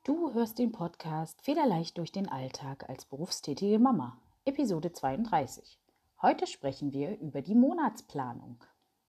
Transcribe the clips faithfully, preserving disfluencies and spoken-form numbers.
Du hörst den Podcast Federleicht durch den Alltag als berufstätige Mama, Episode zweiunddreißig. Heute sprechen wir über die Monatsplanung.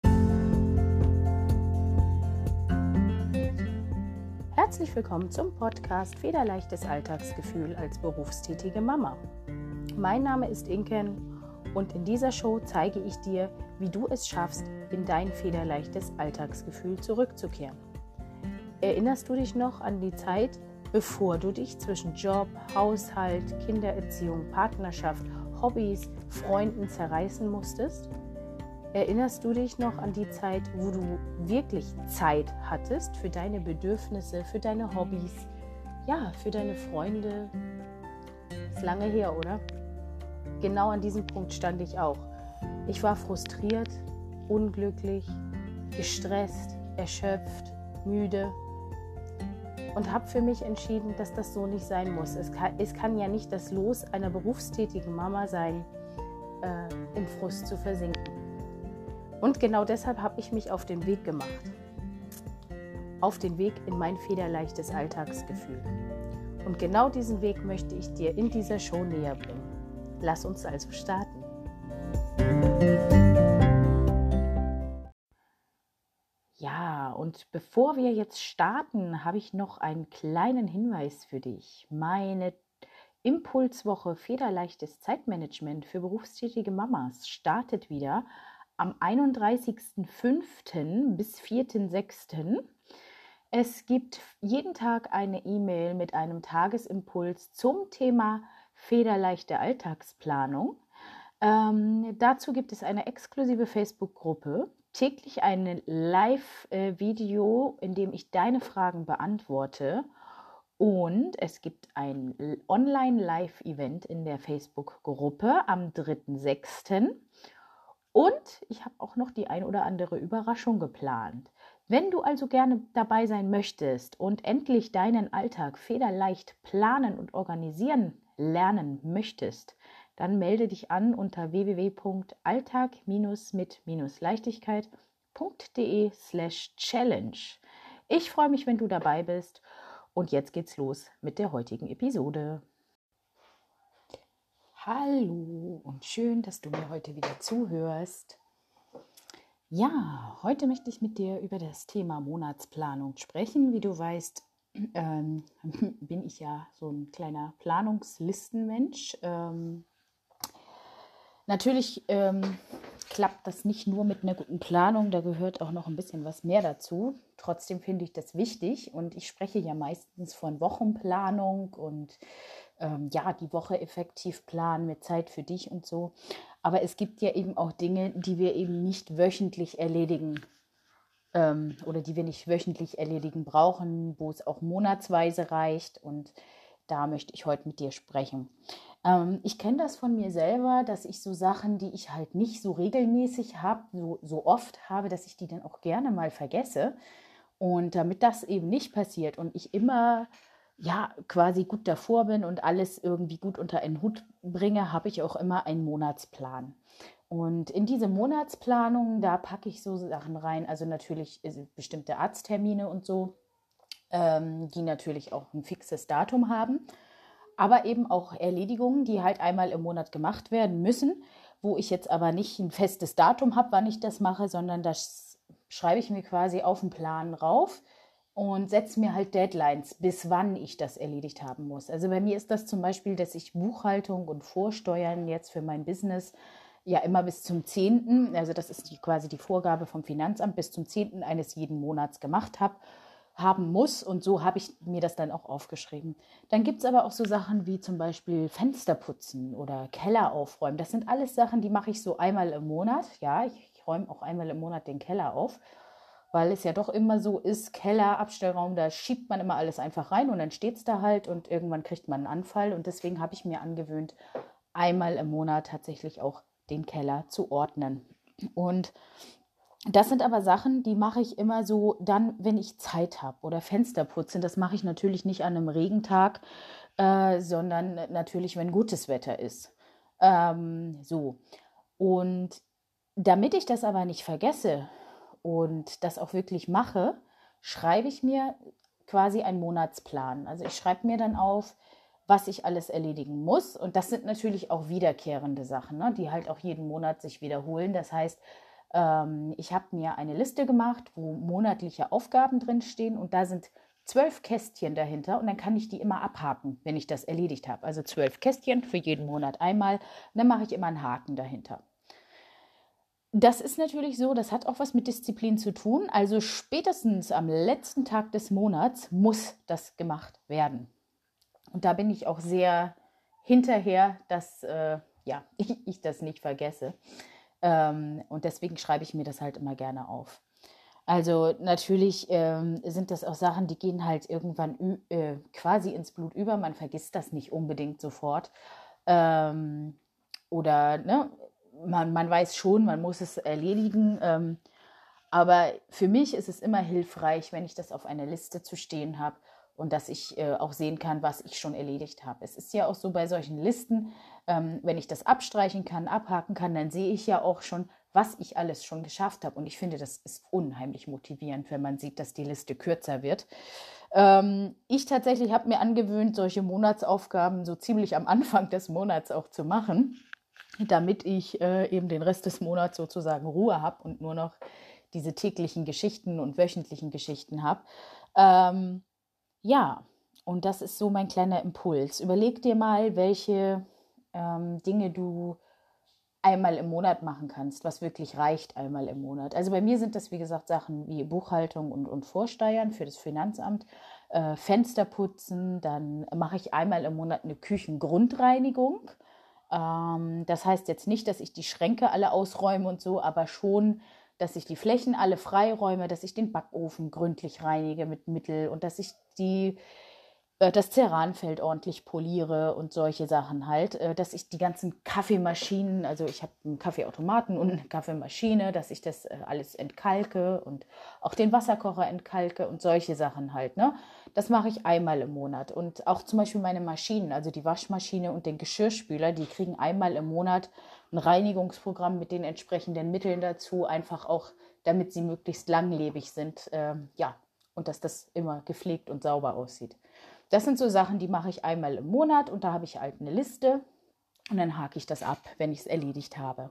Herzlich willkommen zum Podcast Federleichtes Alltagsgefühl als berufstätige Mama. Mein Name ist Inken und in dieser Show zeige ich dir, wie du es schaffst, in dein federleichtes Alltagsgefühl zurückzukehren. Erinnerst du dich noch an die Zeit, bevor du dich zwischen Job, Haushalt, Kindererziehung, Partnerschaft, Hobbys, Freunden zerreißen musstest? Erinnerst du dich noch an die Zeit, wo du wirklich Zeit hattest für deine Bedürfnisse, für deine Hobbys, ja, für deine Freunde? Ist lange her, oder? Genau an diesem Punkt stand ich auch. Ich war frustriert, unglücklich, gestresst, erschöpft, müde. Und habe für mich entschieden, dass das so nicht sein muss. Es kann, es kann ja nicht das Los einer berufstätigen Mama sein, äh, im Frust zu versinken. Und genau deshalb habe ich mich auf den Weg gemacht. Auf den Weg in mein federleichtes Alltagsgefühl. Und genau diesen Weg möchte ich dir in dieser Show näher bringen. Lass uns also starten. Ja, und bevor wir jetzt starten, habe ich noch einen kleinen Hinweis für dich. Meine Impulswoche Federleichtes Zeitmanagement für berufstätige Mamas startet wieder am einunddreißigsten fünften bis vierten sechsten Es gibt jeden Tag eine E-Mail mit einem Tagesimpuls zum Thema federleichte Alltagsplanung. Ähm, dazu gibt es eine exklusive Facebook-Gruppe, täglich ein Live-Video, in dem ich deine Fragen beantworte. Und es gibt ein Online-Live-Event in der Facebook-Gruppe am dritten sechsten Und ich habe auch noch die ein oder andere Überraschung geplant. Wenn du also gerne dabei sein möchtest und endlich deinen Alltag federleicht planen und organisieren lernen möchtest, dann melde dich an unter w w w punkt alltag mit leichtigkeit punkt de slash challenge. Ich freue mich, wenn du dabei bist. Und jetzt geht's los mit der heutigen Episode. Hallo und schön, dass du mir heute wieder zuhörst. Ja, heute möchte ich mit dir über das Thema Monatsplanung sprechen. Wie du weißt, ähm, bin ich ja so ein kleiner Planungslistenmensch. Ähm, natürlich ähm, klappt das nicht nur mit einer guten Planung, da gehört auch noch ein bisschen was mehr dazu. Trotzdem finde ich das wichtig und ich spreche ja meistens von Wochenplanung und ähm, ja, die Woche effektiv planen mit Zeit für dich und so. Aber es gibt ja eben auch Dinge, die wir eben nicht wöchentlich erledigen ähm, oder die wir nicht wöchentlich erledigen brauchen, wo es auch monatsweise reicht. Und da möchte ich heute mit dir sprechen. Ähm, ich kenne das von mir selber, dass ich so Sachen, die ich halt nicht so regelmäßig habe, so, so oft habe, dass ich die dann auch gerne mal vergesse. Und damit das eben nicht passiert und ich immer ja quasi gut davor bin und alles irgendwie gut unter einen Hut bringe, habe ich auch immer einen Monatsplan. Und in diese Monatsplanung, da packe ich so Sachen rein, also natürlich bestimmte Arzttermine und so, ähm, die natürlich auch ein fixes Datum haben, aber eben auch Erledigungen, die halt einmal im Monat gemacht werden müssen, wo ich jetzt aber nicht ein festes Datum habe, wann ich das mache, sondern das schreibe ich mir quasi auf den Plan rauf und setze mir halt Deadlines, bis wann ich das erledigt haben muss. Also bei mir ist das zum Beispiel, dass ich Buchhaltung und Vorsteuern jetzt für mein Business ja immer bis zum zehnten, also das ist die, quasi die Vorgabe vom Finanzamt, bis zum zehnten eines jeden Monats gemacht habe, haben muss. Und so habe ich mir das dann auch aufgeschrieben. Dann gibt es aber auch so Sachen wie zum Beispiel Fenster putzen oder Keller aufräumen. Das sind alles Sachen, die mache ich so einmal im Monat. Ja, ich, ich räume auch einmal im Monat den Keller auf, weil es ja doch immer so ist, Keller, Abstellraum, da schiebt man immer alles einfach rein und dann steht es da halt und irgendwann kriegt man einen Anfall. Und deswegen habe ich mir angewöhnt, einmal im Monat tatsächlich auch den Keller zu ordnen. Und das sind aber Sachen, die mache ich immer so dann, wenn ich Zeit habe. Oder Fenster putzen, das mache ich natürlich nicht an einem Regentag, äh, sondern natürlich, wenn gutes Wetter ist. Ähm, so. Und damit ich das aber nicht vergesse und das auch wirklich mache, schreibe ich mir quasi einen Monatsplan. Also ich schreibe mir dann auf, was ich alles erledigen muss. Und das sind natürlich auch wiederkehrende Sachen, ne, die halt auch jeden Monat sich wiederholen. Das heißt, ähm, ich habe mir eine Liste gemacht, wo monatliche Aufgaben drinstehen und da sind zwölf Kästchen dahinter und dann kann ich die immer abhaken, wenn ich das erledigt habe. Also zwölf Kästchen für jeden Monat einmal und dann mache ich immer einen Haken dahinter. Das ist natürlich so, das hat auch was mit Disziplin zu tun. Also spätestens am letzten Tag des Monats muss das gemacht werden. Und da bin ich auch sehr hinterher, dass äh, ja, ich, ich das nicht vergesse. Ähm, und deswegen schreibe ich mir das halt immer gerne auf. Also natürlich ähm, sind das auch Sachen, die gehen halt irgendwann äh, quasi ins Blut über. Man vergisst das nicht unbedingt sofort. Ähm, oder ne, man, man weiß schon, man muss es erledigen. Ähm, aber für mich ist es immer hilfreich, wenn ich das auf einer Liste zu stehen habe und dass ich äh, auch sehen kann, was ich schon erledigt habe. Es ist ja auch so bei solchen Listen, ähm, wenn ich das abstreichen kann, abhaken kann, dann sehe ich ja auch schon, was ich alles schon geschafft habe. Und ich finde, das ist unheimlich motivierend, wenn man sieht, dass die Liste kürzer wird. Ähm, ich tatsächlich habe mir angewöhnt, solche Monatsaufgaben so ziemlich am Anfang des Monats auch zu machen, damit ich äh, eben den Rest des Monats sozusagen Ruhe habe und nur noch diese täglichen Geschichten und wöchentlichen Geschichten habe. Ähm, ja, und das ist so mein kleiner Impuls. Überleg dir mal, welche ähm, Dinge du einmal im Monat machen kannst, was wirklich reicht einmal im Monat. Also bei mir sind das, wie gesagt, Sachen wie Buchhaltung und, und Vorsteuern für das Finanzamt, äh, Fenster putzen, dann mache ich einmal im Monat eine Küchengrundreinigung. Ähm, das heißt jetzt nicht, dass ich die Schränke alle ausräume und so, aber schon, dass ich die Flächen alle freiräume, dass ich den Backofen gründlich reinige mit Mittel und dass ich die das Ceranfeld ordentlich poliere und solche Sachen halt, dass ich die ganzen Kaffeemaschinen, also ich habe einen Kaffeeautomaten und eine Kaffeemaschine, dass ich das alles entkalke und auch den Wasserkocher entkalke und solche Sachen halt, ne? Das mache ich einmal im Monat und auch zum Beispiel meine Maschinen, also die Waschmaschine und den Geschirrspüler, die kriegen einmal im Monat ein Reinigungsprogramm mit den entsprechenden Mitteln dazu, einfach auch, damit sie möglichst langlebig sind, ähm, ja, und dass das immer gepflegt und sauber aussieht. Das sind so Sachen, die mache ich einmal im Monat und da habe ich halt eine Liste und dann hake ich das ab, wenn ich es erledigt habe.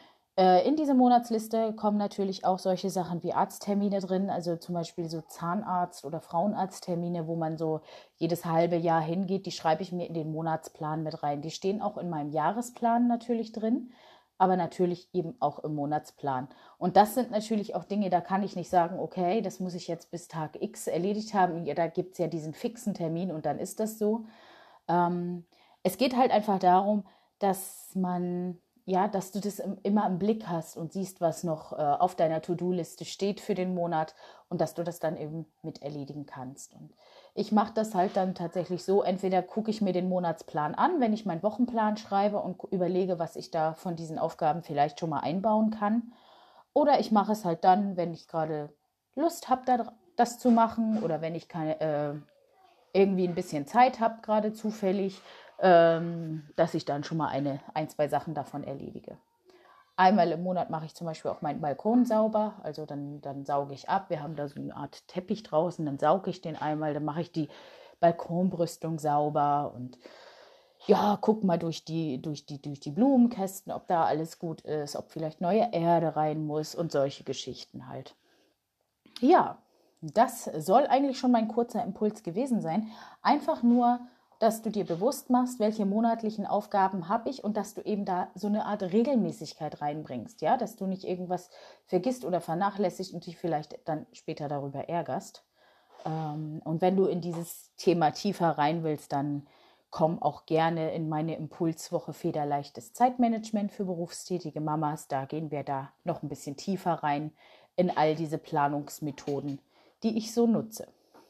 Äh, in diese Monatsliste kommen natürlich auch solche Sachen wie Arzttermine drin, also zum Beispiel so Zahnarzt- oder Frauenarzttermine, wo man so jedes halbe Jahr hingeht, die schreibe ich mir in den Monatsplan mit rein. Die stehen auch in meinem Jahresplan natürlich drin, aber natürlich eben auch im Monatsplan. Und das sind natürlich auch Dinge, da kann ich nicht sagen, okay, das muss ich jetzt bis Tag X erledigt haben. Ja, da gibt es ja diesen fixen Termin und dann ist das so. Ähm, es geht halt einfach darum, dass man, ja, dass du das im, immer im Blick hast und siehst, was noch äh, auf deiner To-Do-Liste steht für den Monat und dass du das dann eben mit erledigen kannst. Und ich mache das halt dann tatsächlich so, entweder gucke ich mir den Monatsplan an, wenn ich meinen Wochenplan schreibe und überlege, was ich da von diesen Aufgaben vielleicht schon mal einbauen kann. Oder ich mache es halt dann, wenn ich gerade Lust habe, da, das zu machen oder wenn ich keine, äh, irgendwie ein bisschen Zeit habe, gerade zufällig, ähm, dass ich dann schon mal eine, ein, zwei Sachen davon erledige. Einmal im Monat mache ich zum Beispiel auch meinen Balkon sauber, also dann, dann sauge ich ab. Wir haben da so eine Art Teppich draußen, dann sauge ich den einmal, dann mache ich die Balkonbrüstung sauber und ja, guck mal durch die, durch die, durch die Blumenkästen, ob da alles gut ist, ob vielleicht neue Erde rein muss und solche Geschichten halt. Ja, das soll eigentlich schon mein kurzer Impuls gewesen sein. Einfach nur, dass du dir bewusst machst, welche monatlichen Aufgaben habe ich und dass du eben da so eine Art Regelmäßigkeit reinbringst, ja, dass du nicht irgendwas vergisst oder vernachlässigst und dich vielleicht dann später darüber ärgerst. Ähm, und wenn du in dieses Thema tiefer rein willst, dann komm auch gerne in meine Impulswoche Federleichtes Zeitmanagement für berufstätige Mamas. Da gehen wir da noch ein bisschen tiefer rein in all diese Planungsmethoden, die ich so nutze.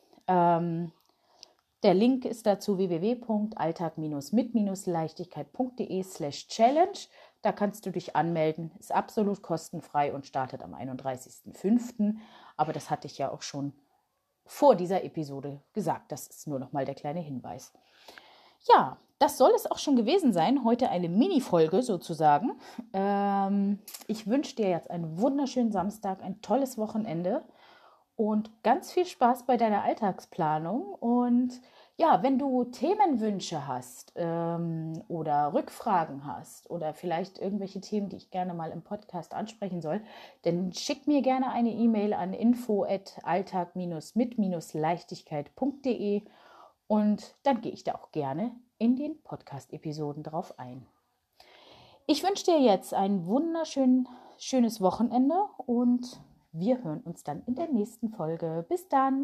Ähm, der Link ist dazu w w w punkt alltag mit leichtigkeit punkt d e slash challenge. Da kannst du dich anmelden, ist absolut kostenfrei und startet am einunddreißigsten fünften Aber das hatte ich ja auch schon vor dieser Episode gesagt. Das ist nur noch mal der kleine Hinweis. Ja, das soll es auch schon gewesen sein. Heute eine Mini-Folge sozusagen. Ähm, ich wünsche dir jetzt einen wunderschönen Samstag, ein tolles Wochenende und ganz viel Spaß bei deiner Alltagsplanung. Und ja, wenn du Themenwünsche hast ähm, oder Rückfragen hast oder vielleicht irgendwelche Themen, die ich gerne mal im Podcast ansprechen soll, dann schick mir gerne eine E-Mail an info at alltag mit leichtigkeit punkt de und dann gehe ich da auch gerne in den Podcast-Episoden drauf ein. Ich wünsche dir jetzt ein wunderschön schönes Wochenende und wir hören uns dann in der nächsten Folge. Bis dann!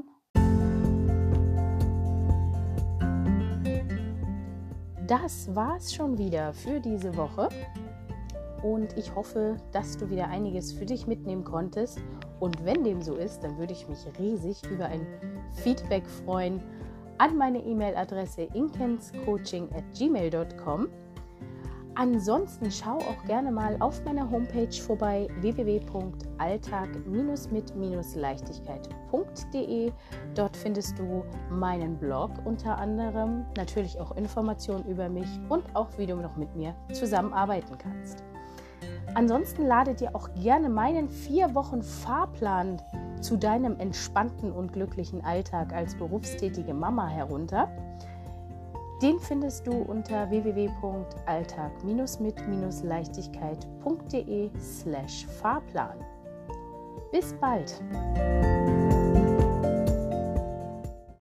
Das war's schon wieder für diese Woche und ich hoffe, dass du wieder einiges für dich mitnehmen konntest. Und wenn dem so ist, dann würde ich mich riesig über ein Feedback freuen an meine E-Mail-Adresse inkenscoaching at gmail dot com. Ansonsten schau auch gerne mal auf meiner Homepage vorbei, w w w punkt alltag mit leichtigkeit punkt de. Dort findest du meinen Blog unter anderem, natürlich auch Informationen über mich und auch, wie du noch mit mir zusammenarbeiten kannst. Ansonsten lade dir auch gerne meinen vier Wochen Fahrplan zu deinem entspannten und glücklichen Alltag als berufstätige Mama herunter. Den findest du unter w w w punkt alltag mit leichtigkeit punkt de slash Fahrplan. Bis bald!